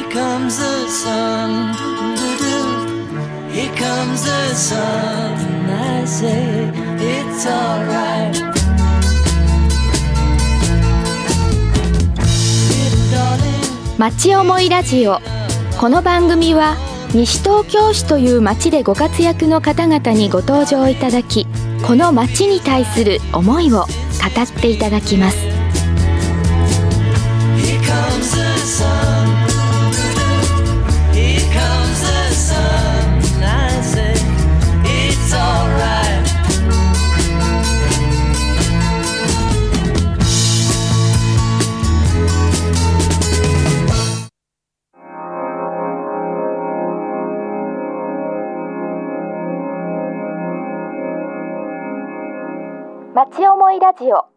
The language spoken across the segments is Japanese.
comes the sun, here comes the sun. I say it's alright. 町思いラジオ。この番組は西東京市という町でご活躍の方々にご登場いただき、この町に対する思いを語っていただきます。町思いラジオ。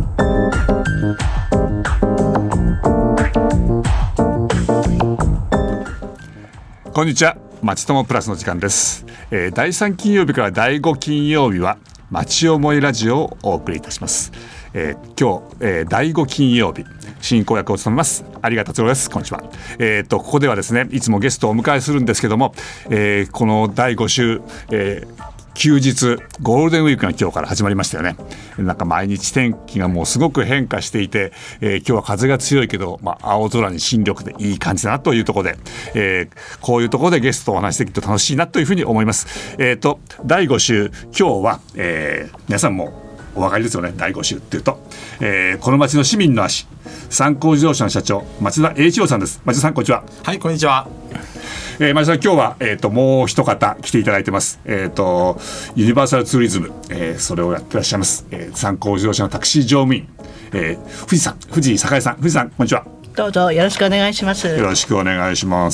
こんにちは、町友プラスの時間です。第3金曜日から第5金曜日は町思いラジオをお送りいたします。今日、第5金曜日進行役を務めます有賀達郎です。こんにちは。ここではですね、いつもゲストをお迎えするんですけども、この第5週、休日ゴールデンウィークが今日から始まりましたよね。なんか毎日天気がもうすごく変化していて、今日は風が強いけど、青空に新緑でいい感じだなというところで、こういうところでゲストとお話しできると楽しいなというふうに思います。第5週今日は、皆さんもお分かりですよね。第5週っていうと、この町の市民の足、三幸自動車の社長町田栄一郎さんです。町田さん、こんにちは。 はい、こんにちは。 町田さん、今日は、もう一方来ていただいてます。ユニバーサルツーリズム、それをやってらっしゃいます、三幸自動車のタクシー乗務員、藤井栄さん。藤井さん、こんにちは。 どうぞよろしくお願いします。 よろしくお願いします。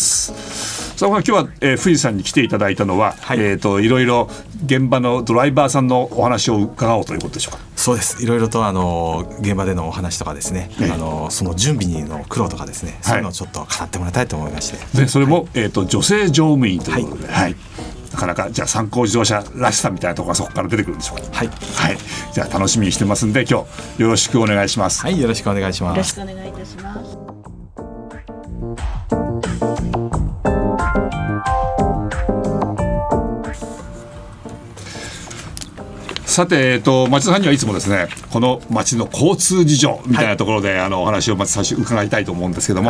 さあ、今日は、藤井さんに来ていただいたのは、はい、いろいろ現場のドライバーさんのお話を伺おうということでしょうか。 そうです。いろいろと現場でのお話とかですね、その準備の苦労とかですね、そういうのをちょっと語ってもらいたいと思いまして、 でそれも、女性乗務員ということで、はいなかなかじゃあ三幸自動車らしさみたいなところがそこから出てくるんでしょうか。はい、じゃあ楽しみにしてますんで、今日よろしくお願いします。 はい、よろしくお願いします。 よろしくお願いいたします。 さて、町田さんにはいつもですね、この町の交通事情みたいなところで、お話をまず最初伺いたいと思うんですけども、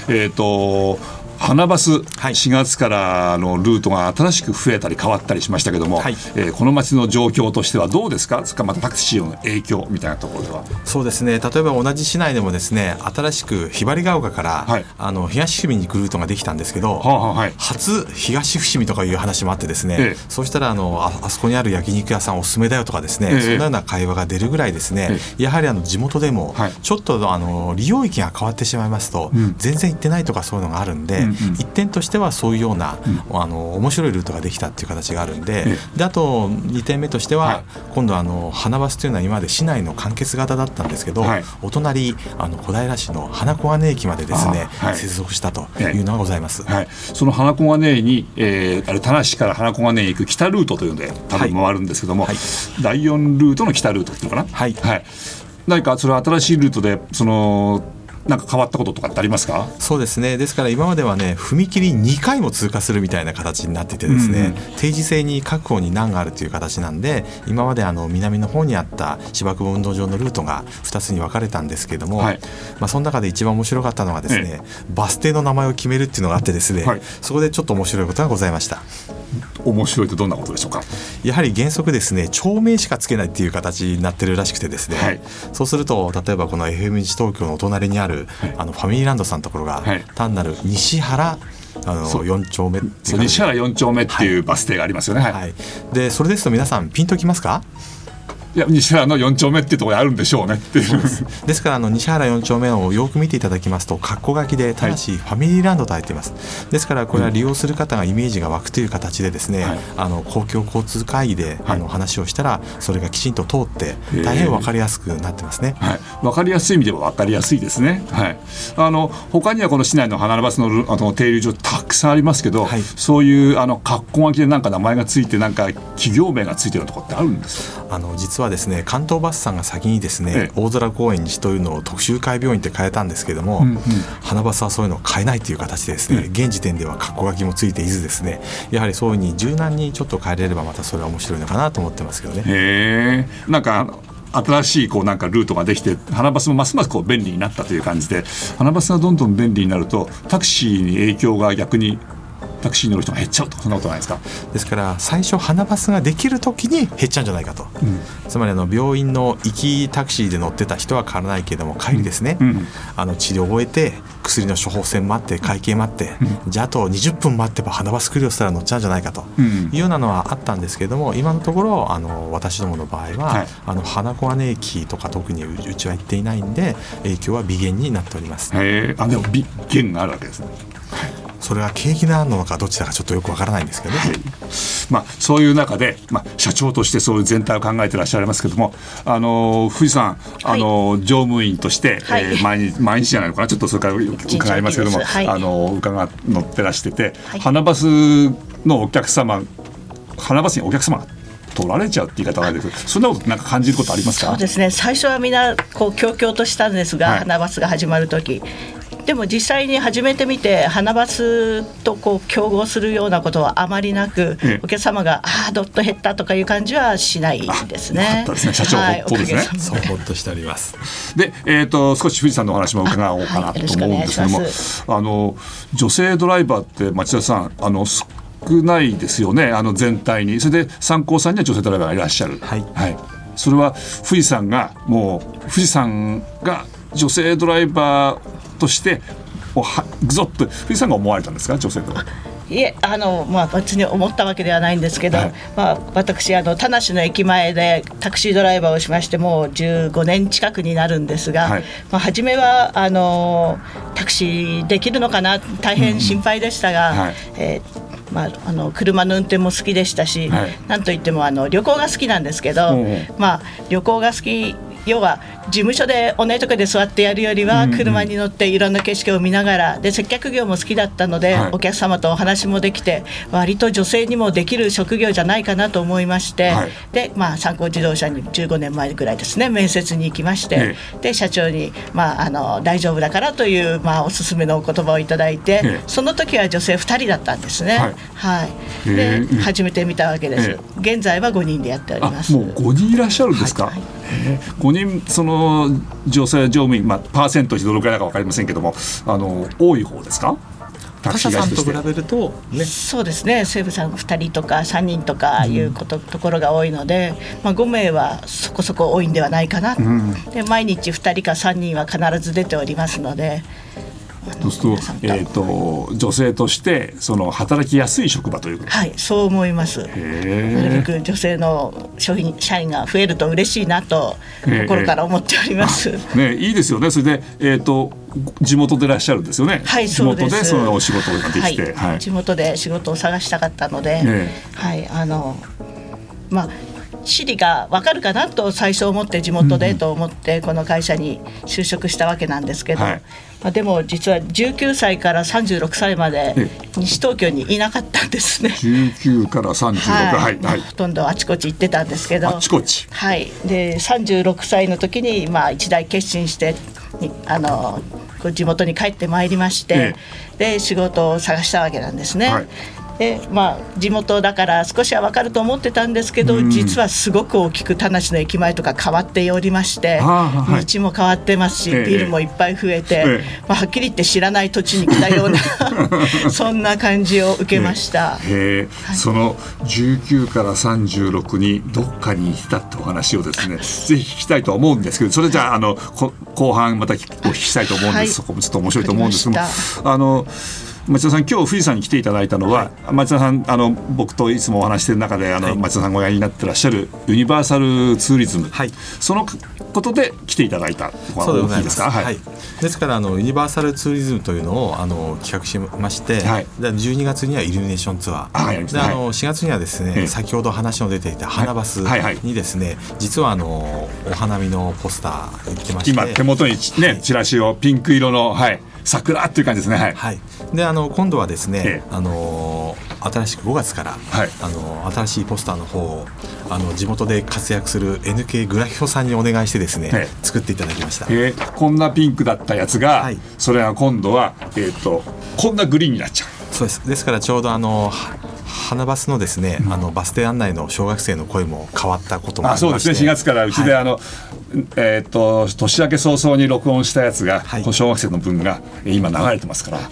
花バス、4月からのルートが新しく増えたり変わったりしましたけども、この町の状況としてはどうですか。またタクシーの影響みたいなところでは。 そうですね、例えば同じ市内でもですね、新しくひばりが丘から、東伏見に行くルートができたんですけど、初東伏見とかいう話もあってですね、そうしたらあそこにある焼肉屋さんおすすめだよとかですね、そんなような会話が出るぐらいですね、やはり地元でもちょっと利用域が変わってしまいますと、全然行ってないとかそういうのがあるんで、一点としてはそういうような、面白いルートができたっていう形があるんで、あと2点目としては、今度花バスというのは今まで市内の完結型だったんですけど、お隣小平市の花小金駅までですね、接続したというのがございます。 その花小金に、田無から花小金に行く北ルートというので多分回るんですけども、第4ルートの北ルートっていうのかな。何かそれは新しいルートでなんか変わったこととかってありますか。 そうですね、ですから今まではね、踏切2回も通過するみたいな形になっていてですね、定時制に確保に難があるという形なんで、今まで南の方にあった芝久保運動場のルートが2つに分かれたんですけれども、その中で一番面白かったのはですね、バス停の名前を決めるっていうのがあってですね、そこでちょっと面白いことがございました。 面白いとどんなことでしょうか。 やはり原則ですね、町名しかつけないっていう形になってるらしくてですね、そうすると例えばこの FM 西東京のお隣にある、ファミリーランドさんのところが、単なる西原4丁目っていう、 西原4丁目っていうバス停がありますよね。 でそれですと皆さんピンときますか。 いや、西原の4丁目っていうところにあるんでしょうねっていう。 ですから西原4丁目をよく見ていただきますと、括弧書きでただしファミリーランドと入っています。ですからこれは利用する方がイメージが湧くという形でですね、公共交通会議で話をしたら、それがきちんと通って大変分かりやすくなってますね。 分かりやすい意味では分かりやすいですね。他にはこの市内の花バスの停留所たくさんありますけど、そういう括弧書きでなんか名前がついて、なんか企業名がついてるところってあるんですか。 実ははですね関東バスさんが先にですね、大空公園西というのを特集会病院って変えたんですけども、花バスはそういうのを変えないという形でですね、現時点では括弧書きもついていずですね、やはりそういうふうに柔軟にちょっと変えれればまたそれは面白いのかなと思ってますけどね。 なんか新しいなんかルートができて花バスもますます便利になったという感じで、花バスがどんどん便利になるとタクシーに影響が逆にタクシーに乗る人が減っちゃうとか、そんなことないですか？ ですから最初花バスができる時に減っちゃうんじゃないかと、つまり病院の行きタクシーで乗ってた人は変わらないけれども帰りですね、治療を終えて薬の処方箋待って会計待って、じゃああと20分待ってば花バス来るよしたら乗っちゃうんじゃないかというようなのはあったんですけれども、今のところ私どもの場合は、花小金駅とか特にうちは行っていないんで影響は微減になっております。 でも微減があるわけですね。 それは景気なのかどっちだかちょっとよくわからないんですけどね、 そういう中で、社長としてそういう全体を考えていらっしゃいますけども、藤さん、乗務員として、毎日じゃないのかな、ちょっとそれから伺いますけども、乗ってらしてて、花バスのお客様、花バスにお客様が取られちゃうって言い方があるんですけど、そんなことなんか感じることありますか？ そうですね、最初はみんなこう強々としたんですが、花バスが始まる時でも実際に始めてみて花バスとこう競合するようなことはあまりなく、お客様がどっと減ったとかいう感じはしないですね。 よかったですね、社長、ほっとですね。 そうほっとしております。 で、少し藤さんのお話も伺おうかなと思うんですけども、女性ドライバーって町田さん少ないですよね、全体に。それで三幸さんには女性ドライバーがいらっしゃる、それは藤さんが女性ドライバーとしてぐぞっと藤さんが思われたんですか？女性ドライバー。 いえ、別に思ったわけではないんですけど、私田無の駅前でタクシードライバーをしましてもう15年近くになるんですが、初めはタクシーできるのかな大変心配でしたが、車の運転も好きでしたし、なんといっても旅行が好きなんですけど、旅行が好き、要は事務所でおねとかで座ってやるよりは車に乗っていろんな景色を見ながらで、接客業も好きだったので、お客様とお話もできて割と女性にもできる職業じゃないかなと思いまして、で、三幸自動車に15年前ぐらいですね、面接に行きまして、で社長に、大丈夫だからという、おすすめのお言葉をいただいて、その時は女性2人だったんですね。で始めてみたわけです。現在は5人でやっております。 もう5人いらっしゃるんですか？5人、その女性乗務員、パーセントどのくらいだか分かりませんけども、多い方ですか？ 他社さんと比べると、 そうですね、西武さん2人とか3人とかいうところが多いので、5名はそこそこ多いんではないかな、で毎日2人か3人は必ず出ておりますので、 そうすると、女性として働きやすい職場ということ。 そう思います。なるべく女性の社員が増えると嬉しいなと心から思っております。 いいですよね。それで、地元でいらっしゃるんですよね。 地元でそのお仕事ができて、 地元で仕事を探したかったので、地理が分かるかなと最初思って、地元でと思ってこの会社に就職したわけなんですけど、でも実は19歳から36歳まで西東京にいなかったんですね。 19から36、 ほとんどあちこち行ってたんですけど、 あちこち、 で36歳の時に一大決心して地元に帰ってまいりまして、で仕事を探したわけなんですね。で地元だから少しは分かると思ってたんですけど、実はすごく大きく田無の駅前とか変わっておりまして、道も変わってますし、ビルもいっぱい増えて、はっきり言って知らない土地に来たようなそんな感じを受けました。 その19から36にどっかに来たってお話をですね、ぜひ聞きたいと思うんですけど、それじゃあ後半またお聞きしたいと思うんです。そこもちょっと面白いと思うんですけども、町田さん、今日藤さんに来ていただいたのは、町田さん僕といつもお話している中で町田さんがおやりになってらっしゃるユニバーサルツーリズム、そのことで来ていただいたのは大きいですか？ ですからユニバーサルツーリズムというのを企画しまして、12月にはイルミネーションツアー、で4月にはですね、先ほど話の出ていた花バスにですね、実はお花見のポスター行きまして、 今手元に、チラシをピンク色の、 桜っていう感じですね。はい、 はい、で今度はですね、新しく5月から、はい、新しいポスターの方を地元で活躍する NK グラフィコさんにお願いしてですね、作っていただきました。 こんなピンクだったやつが、はい、それが今度は、こんなグリーンになっちゃう。 そうです。ですからちょうど花バスのですね、バス停案内の小学生の声も変わったこともありまして、 そうですね、4月からうちで、はい、年明け早々に録音したやつが、はい、小学生の分が今流れてますから、はい、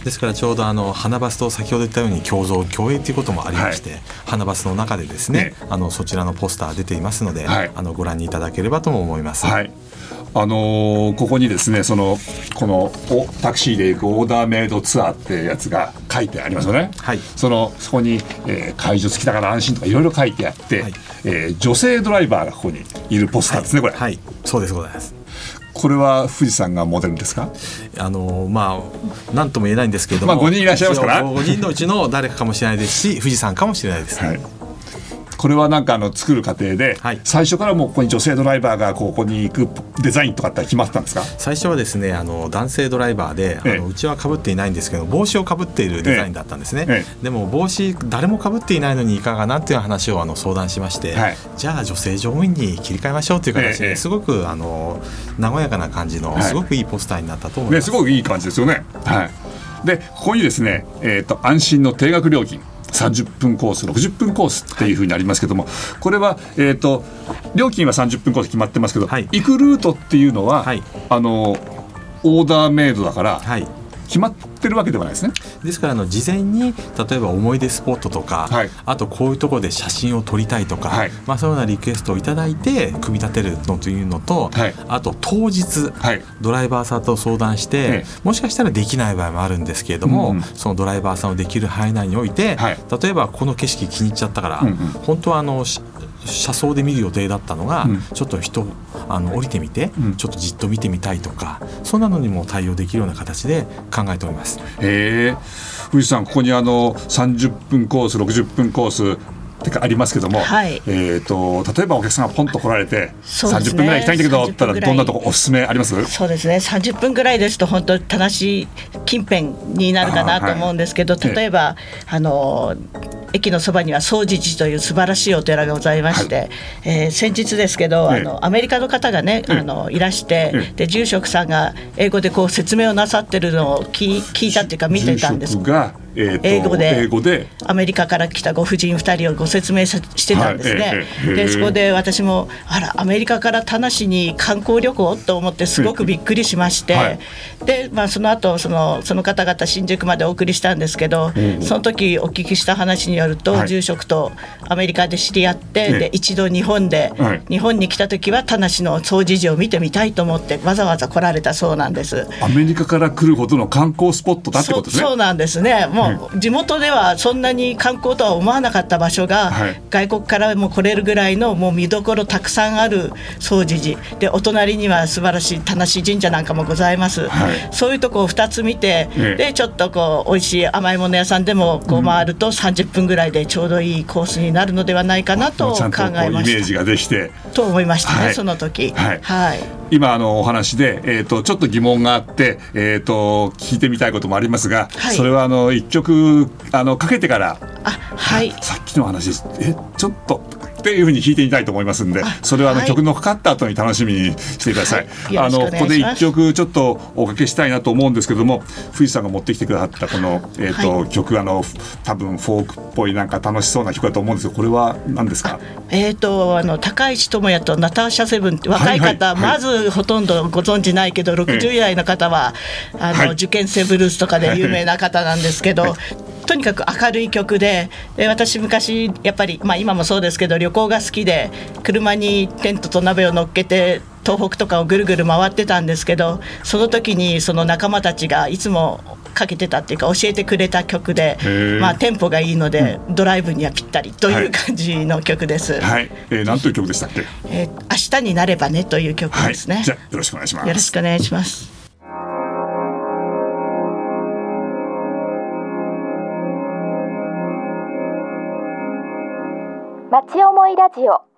ですからちょうど花バスと先ほど言ったように共造共栄ということもありまして、はい、花バスの中でですね、そちらのポスター出ていますので、はい、ご覧いただければとも思います。 はい、ここにですねこのタクシーで行くオーダーメイドツアーっていうやつが書いてありますよね。はい、そこに、介助付きだから安心とかいろいろ書いてあって、はい、女性ドライバーがここにいるポスターですね、はい、これ。はい、 そうですございます。 これは富士山がモデルですか？ 何とも言えないんですけれども、 5人いらっしゃいますから 5人のうちの誰かかもしれないですし富士山かもしれないです。はい、 これはなんか作る過程で、はい、最初からもうここに女性ドライバーがここに行くデザインとかって決まったんですか？ 最初はですね男性ドライバーでうちは被っていないんですけど帽子をかぶっているデザインだったんですね。でも帽子誰も被っていないのにいかがなっていう話を相談しまして、はい、じゃあ女性乗務員に切り替えましょうという形ですごく和やかな感じのすごくいいポスターになったと思います。 すごくいい感じですよね。はい、でここにですね、安心の定額料金30分コース60分コースっていうふうにありますけども、これは、料金は30分コース決まってますけど、はい、行くルートっていうのは、はい、オーダーメイドだから、はい、決まってるわけではないですね。 ですから事前に例えば思い出スポットとか、はい、あとこういうところで写真を撮りたいとか、はい、そういうようなリクエストをいただいて組み立てるのというのと、はい、あと当日、はい、ドライバーさんと相談して、もしかしたらできない場合もあるんですけれども、そのドライバーさんをできる範囲内において、はい、例えばこの景色気に入っちゃったから、本当は車窓で見る予定だったのが、ちょっと降りてみて、ちょっとじっと見てみたいとか、そんなのにも対応できるような形で考えております。 富士山ここに30分コース60分コースってありますけども、はい、例えばお客さんがポンと来られて、30分ぐらい行きたいんだけどったらどんなとこおすすめあります？ そうですね、30分ぐらいですと本当田無近辺になるかなと思うんですけど、例えば駅のそばには總持寺という素晴らしいお寺がございまして、はい、先日ですけどアメリカの方がねいらして、で住職さんが英語でこう説明をなさってるのを聞いたっていうか見てたんです。 住職が英語でアメリカから来たご婦人2人をご説明してたんですね。でそこで私もアメリカから田無に観光旅行と思ってすごくびっくりしまして、はい、でその後その方々新宿までお送りしたんですけど、その時お聞きした話によると、はい、住職とアメリカで知り合って、で一度日本に来た時は田無の総持寺を見てみたいと思ってわざわざ来られたそうなんです。 アメリカから来るほどの観光スポットだってことですね。 そうなんですね。もう地元ではそんなに観光とは思わなかった場所が、はい、外国からも来れるぐらいのもう見どころたくさんある総持寺で、お隣には素晴らしい田無神社なんかもございます。はい、そういうとこを2つ見て、でちょっとこう美味しい甘いもの屋さんでもこう回ると30分ぐらいでちょうどいいコースになるのではないかなと考えました。 イメージができてと思いましたね、はい、その時。はいはい、 今お話で、ちょっと疑問があって、聞いてみたいこともありますが、はい、それは1曲かけてから、はい、さっきの話ちょっとっていうふうに弾いてみたいと思いますんで、それははい、曲のかかった後に楽しみにしてください。はい、ここで1曲ちょっとおかけしたいなと思うんですけども、富士山が持ってきてくださったこの、はい、曲多分フォークっぽいなんか楽しそうな曲だと思うんですけど、これは何ですか？ 高市智也とナターシャセブンって若い方、はいはいはい、まずほとんどご存じないけど60代の方ははい、受験生ブルースとかで有名な方なんですけど、はい、とにかく明るい曲で、私昔やっぱり、今もそうですけど旅行が好きで車にテントと鍋を乗っけて東北とかをぐるぐる回ってたんですけど、その時にその仲間たちがいつもかけてたっていうか教えてくれた曲で、テンポがいいので、ドライブにはぴったりという感じの曲です。 はい、何という曲でしたっけ？ 明日になればねという曲ですね。はい、 じゃあよろしくお願いします。 よろしくお願いします。 町思いラジオ。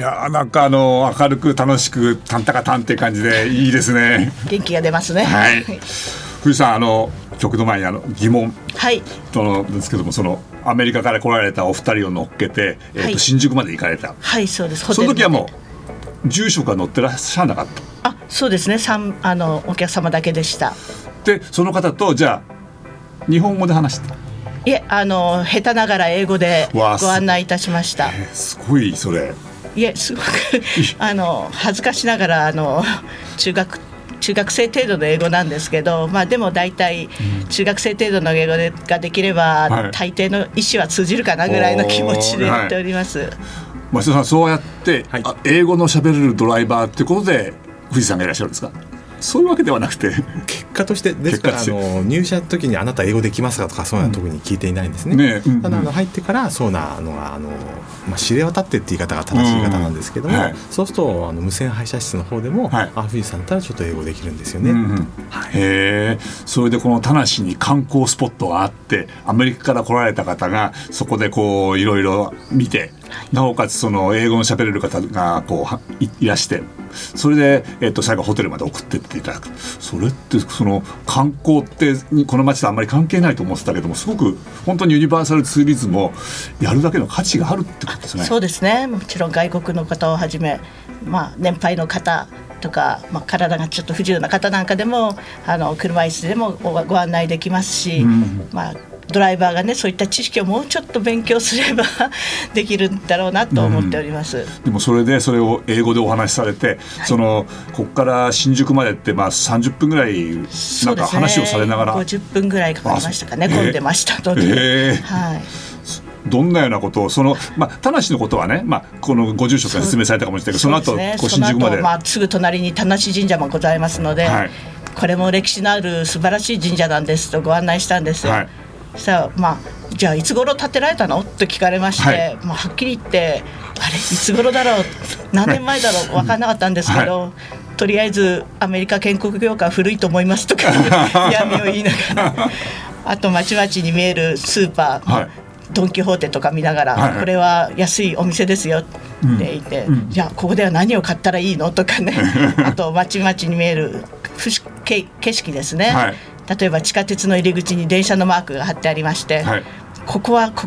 やなんか明るく楽しくタンタカタンって感じでいいですね。 元気が出ますね。 はい。藤さん曲の前に疑問ですけども、そのアメリカから来られたお二人を乗っけて、新宿まで行かれた。 はい、そうです。 その時はもう住所が載ってらっしゃらなかった。 そうですね。お客様だけでした。 でその方とじゃあ日本語で話した。 いえ、下手ながら英語でご案内いたしました。 すごいそれ。 いえ、すごく恥ずかしながら中学生程度の英語なんですけど、でも大体中学生程度の英語ができれば、大抵の意思は通じるかなぐらいの気持ちでやっております。 町田さん、そうやって、英語の喋れるドライバーってことで藤さんがいらっしゃるんですか？そういうわけではなくて、 結果としてですから入社の時にあなた英語できますかとかそういうのは特に聞いていないんですね。ただ入ってからそうなのが知れ渡ってって言い方が正しい言い方なんですけども、そうすると無線配車室の方でも、藤さんだったらちょっと英語できるんですよね。 へえ。それでこの田無に観光スポットがあって、アメリカから来られた方がそこでこういろいろ見て、なおかつその英語の喋れる方がこう いらして、それで、最後ホテルまで送ってっていただく。それってその観光ってこの街とあんまり関係ないと思ってたけども、すごく本当にユニバーサルツーリズムをやるだけの価値があるってことですね。 そうですね。もちろん外国の方をはじめ、年配の方とか、体がちょっと不自由な方なんかでも車椅子でもご案内できますし、ドライバーがね、そういった知識をもうちょっと勉強すればできるんだろうなと思っております。 でもそれを英語でお話しされて、ここから新宿までって30分ぐらいなんか話をされながら、 50分ぐらいかかりましたかね。混んでましたので、 どんなようなことを田無のことはね、このご住職が説明されたかもしれないけど、その後新宿まで、 すぐ隣に田無神社もございますので、これも歴史のある素晴らしい神社なんですとご案内したんですよ。さあ、じゃあいつ頃建てられたのと聞かれまして、はっきり言っていつ頃だろう、何年前だろう分からなかったんですけど、とりあえずアメリカ建国業界は古いと思いますとか闇を言いながらあと町々に見えるスーパー、ドン・キホーテとか見ながら、これは安いお店ですよって言って、じゃあここでは何を買ったらいいのとかねあと町々に見える景色ですね。例えば地下鉄の入り口に電車のマークが貼ってありまして、ここは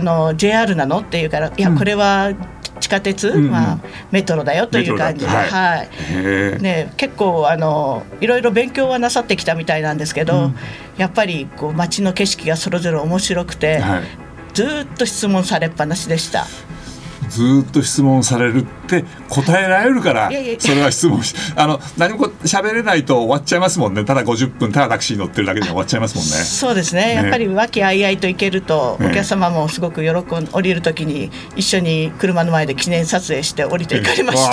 JR なのって言うから、いやこれは地下鉄、メトロだよという感じで、結構いろいろ勉強はなさってきたみたいなんですけど、やっぱり街の景色がそれぞれ面白くて、ずっと質問されっぱなしでした。 ずっと質問されるって答えられるから、それは質問何も喋れないと終わっちゃいますもんね。ただ50分ただタクシーに乗ってるだけで終わっちゃいますもんね。 そうですね。やっぱり和気あいあいと行けると、お客様もすごく降りるときに一緒に車の前で記念撮影して降りて行かれました。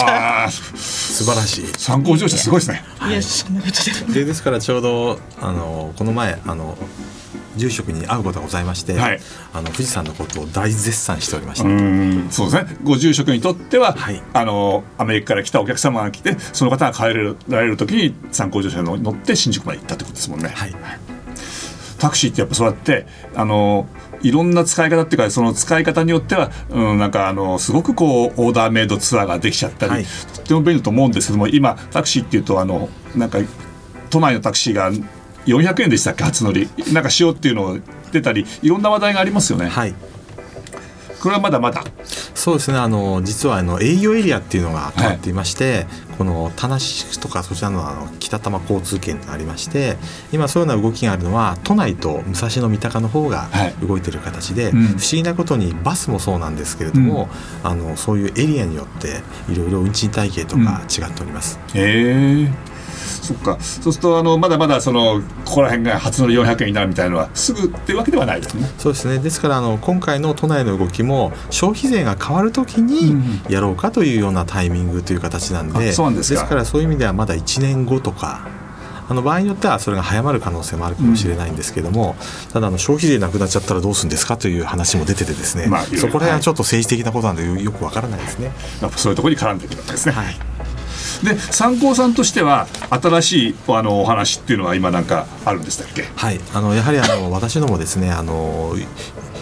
素晴らしい。 参考乗車すごいですね。 いや、そんなことですからちょうどこの前住職に会うことがございまして、富士山のことを大絶賛しておりました。 そうですね。ご住職にとっては、アメリカから来たお客様が来て、その方が帰られる時に参考乗車に乗って新宿まで行ったってことですもんね。タクシーってやっぱそうやっていろんな使い方っていうか、その使い方によっては、なんかすごくオーダーメイドツアーができちゃったり、とっても便利だと思うんですけども、今タクシーっていうとなんか都内のタクシーが400円でしたっけ、初乗りなんかしようっていうのを出たり、いろんな話題がありますよね。これはまだまだ。 そうですね。実は営業エリアっていうのが変わっていまして、この田無とかそちらの北多摩交通圏がありまして、今そういうような動きがあるのは都内と武蔵野三鷹の方が動いている形で、不思議なことにバスもそうなんですけれども、そういうエリアによっていろいろ運賃体系とか違っております。 そっか。そうするとまだまだここら辺が初乗り400円になるみたいなのはすぐっていうわけではないですね。 そうですね。ですから今回の都内の動きも消費税が変わるときにやろうかというようなタイミングという形なんで、ですからそういう意味ではまだ1年後とか場合によってはそれが早まる可能性もあるかもしれないんですけども、ただ消費税なくなっちゃったらどうするんですかという話も出ててですね、そこら辺はちょっと政治的なことなんでよくわからないですね。 そういうところに絡んでくるわけですね。で参考さんとしては新しいお話っていうのは今なんかあるんでしたっけ？ やはり私どもですね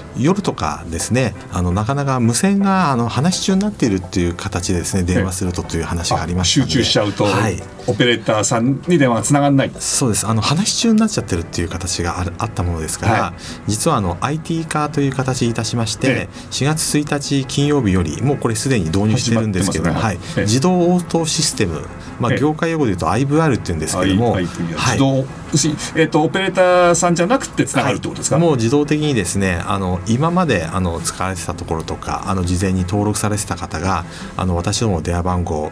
夜とかですねなかなか無線が話し中になっているっていう形でですね電話するという話がありましたので、 集中しちゃうと、 はい、 オペレーターさんに電話がつながらない。 そうです。話し中になっちゃってるっていう形があったものですから、はい、実はIT 化という形にいたしまして、4月1日金曜日よりもうこれすでに導入してるんですけども、はい、自動応答システム、業界用語でいうと IVR っていうんですけども、はい、 自動オペレーターさんじゃなくてつながるってことですか。 もう自動的にですね今まで使われてたところとか事前に登録されてた方が私どもの電話番号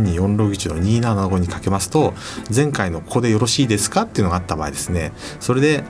042-461-2775 にかけますと、前回のここでよろしいですかっていうのがあった場合ですね、それで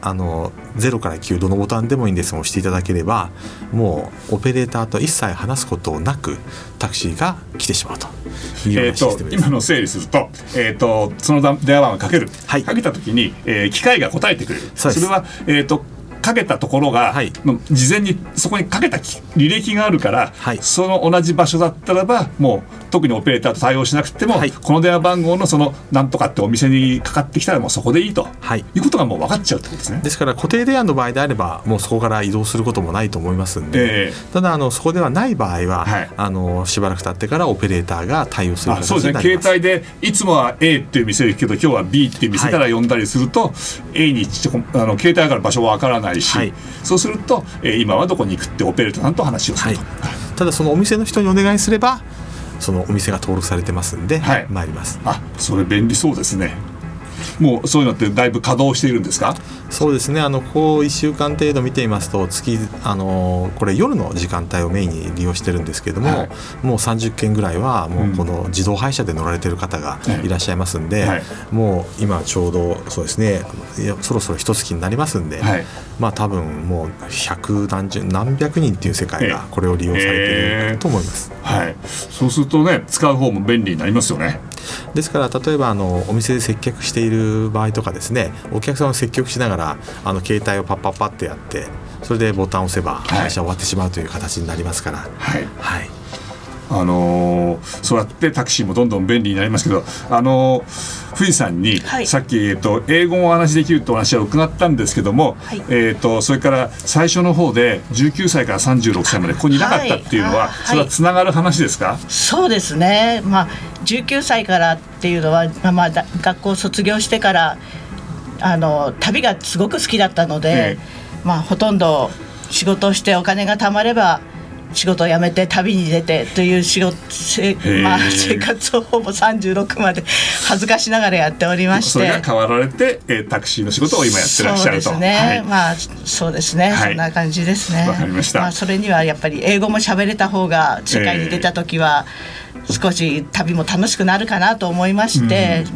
0から9どのボタンでもいいんですが押していただければ、もうオペレーターと一切話すことなくタクシーが来てしまうというようなシステムです。 今の整理すると、その電話番号をかける、はい、かけた時に、機械が答えてくれる。それは、かけたところが、はい、事前にそこにかけた履歴があるから、はい、その同じ場所だったらばもう特にオペレーターと対応しなくても、はい、この電話番号のそのなんとかってお店にかかってきたらもうそこでいいと、はい、いうことがもう分かっちゃうってことですね。 ですから固定電話の場合であればもうそこから移動することもないと思いますんで、ただそこではない場合は、はい、しばらく経ってからオペレーターが対応する形になります。 そうですね。携帯でいつもは A っていう店行くけど今日は B っていう店から呼んだりすると、はい、A に携帯から場所は分からないし、はい、そうすると、今はどこに行くってオペレーターさんと話をすると、はい、 ただそのお店の人にお願いすればそのお店が登録されてますんで、はい、参ります。 それ便利そうですね。もうそういうのってだいぶ稼働しているんですか。 そうですね。ここ1週間程度見ていますと月これ夜の時間帯をメインに利用してるんですけども、はい、もう30件ぐらいはもうこの自動配車で乗られている方がいらっしゃいますんで、はい、もう今ちょうどそうですねそろそろ一月になりますんで、はい、多分もう何百人っていう世界がこれを利用されていると思います。 はい、そうするとね使う方も便利になりますよね。 ですから例えばお店で接客している場合とかですね、お客さんを接客しながら携帯をパッパッパってやってそれでボタンを押せば会社終わってしまうという形になりますから、はいはい、 そうやってタクシーもどんどん便利になりますけど、藤さんに、はい、さっき、英語もお話しできるとお話は伺ったんですけども、はい、それから最初の方で19歳から36歳までここにいなかったっていうのは、はい、それはつながる話ですか。 そうですね、19歳からっていうのは、学校卒業してから旅がすごく好きだったので、ほとんど仕事をしてお金が貯まれば仕事を辞めて旅に出てという生活をほぼ36まで恥ずかしながらやっておりまして、 それが変わられて、タクシーの仕事を今やってらっしゃると。 そうですね、はい、そうですね、はい、そんな感じですね。 わかりました。 それにはやっぱり英語も喋れた方が世界に出た時は、少し旅も楽しくなるかなと思いまして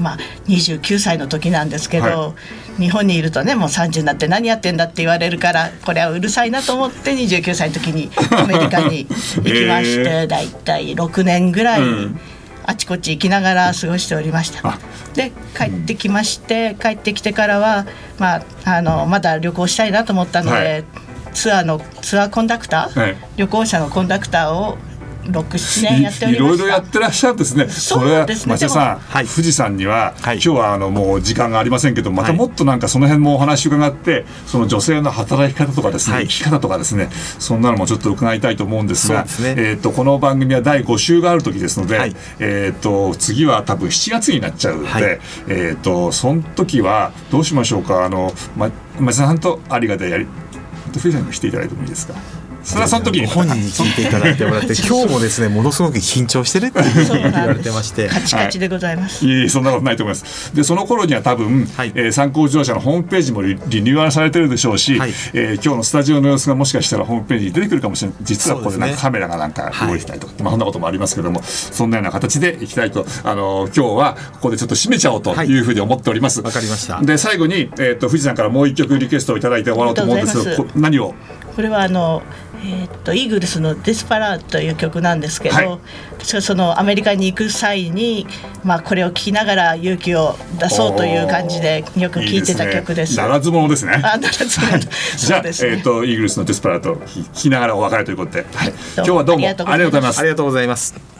、29歳の時なんですけど、はい、日本にいるとねもう30になって何やってんだって言われるからこれはうるさいなと思って29歳の時にアメリカに行きまして、だいたい6年ぐらいあちこち行きながら過ごしておりました。で帰ってきまして、帰ってきてからは、まだ旅行したいなと思ったので、はい、ツアーコンダクター、はい、旅行者のコンダクターを6、7年やっておりました。いろいろやってらっしゃるんですね。 そうですね。 町田さん、はい、富士山には、はい、今日はもう時間がありませんけど、またもっとなんかその辺もお話伺って、その女性の働き方とかですね、はい、生き方とかですね、そんなのもちょっと伺いたいと思うんですが、そうですね、この番組は第5週がある時ですので、はい、次は多分7月になっちゃうので、はい、その時はどうしましょうか。町田さんと有賀で富士山にしていただいてもいいですか。それはその時に本人に聞いていただいてもらって今日もですねものすごく緊張してるっていうふうに言われてまして、 カチカチでございます。 いえそんなことないと思います。でその頃には多分、はい、参考自動車のホームページもリニューアルされてるでしょうし、はい、今日のスタジオの様子がもしかしたらホームページに出てくるかもしれない。実はここでなんかカメラがなんか動いてたりとか、そんなこともありますけども、そんなような形でいきたいと今日はここでちょっと締めちゃおうというふうに思っております。 わかりました。 で最後に、富士山からもう一曲リクエストをいただいて終わろうと思うんですけど、何を。 これはイーグルスのデスパラーという曲なんですけど、はい、私はそのアメリカに行く際に、これを聴きながら勇気を出そうという感じでよく聴いてた曲です。 ならず者ですね。 ならず者じゃあ、イーグルスのデスパラーと聴きながらお別れということで、はい、今日はどうもありがとうございます。 ありがとうございます。